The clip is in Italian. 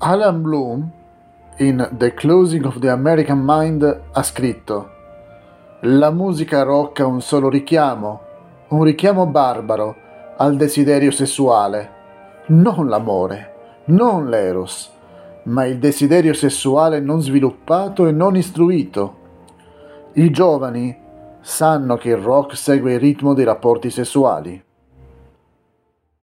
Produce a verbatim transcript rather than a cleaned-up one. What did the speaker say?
Alan Bloom, in The Closing of the American Mind, ha scritto: «La musica rock ha un solo richiamo, un richiamo barbaro al desiderio sessuale, non l'amore, non l'eros, ma il desiderio sessuale non sviluppato e non istruito. I giovani sanno che il rock segue il ritmo dei rapporti sessuali».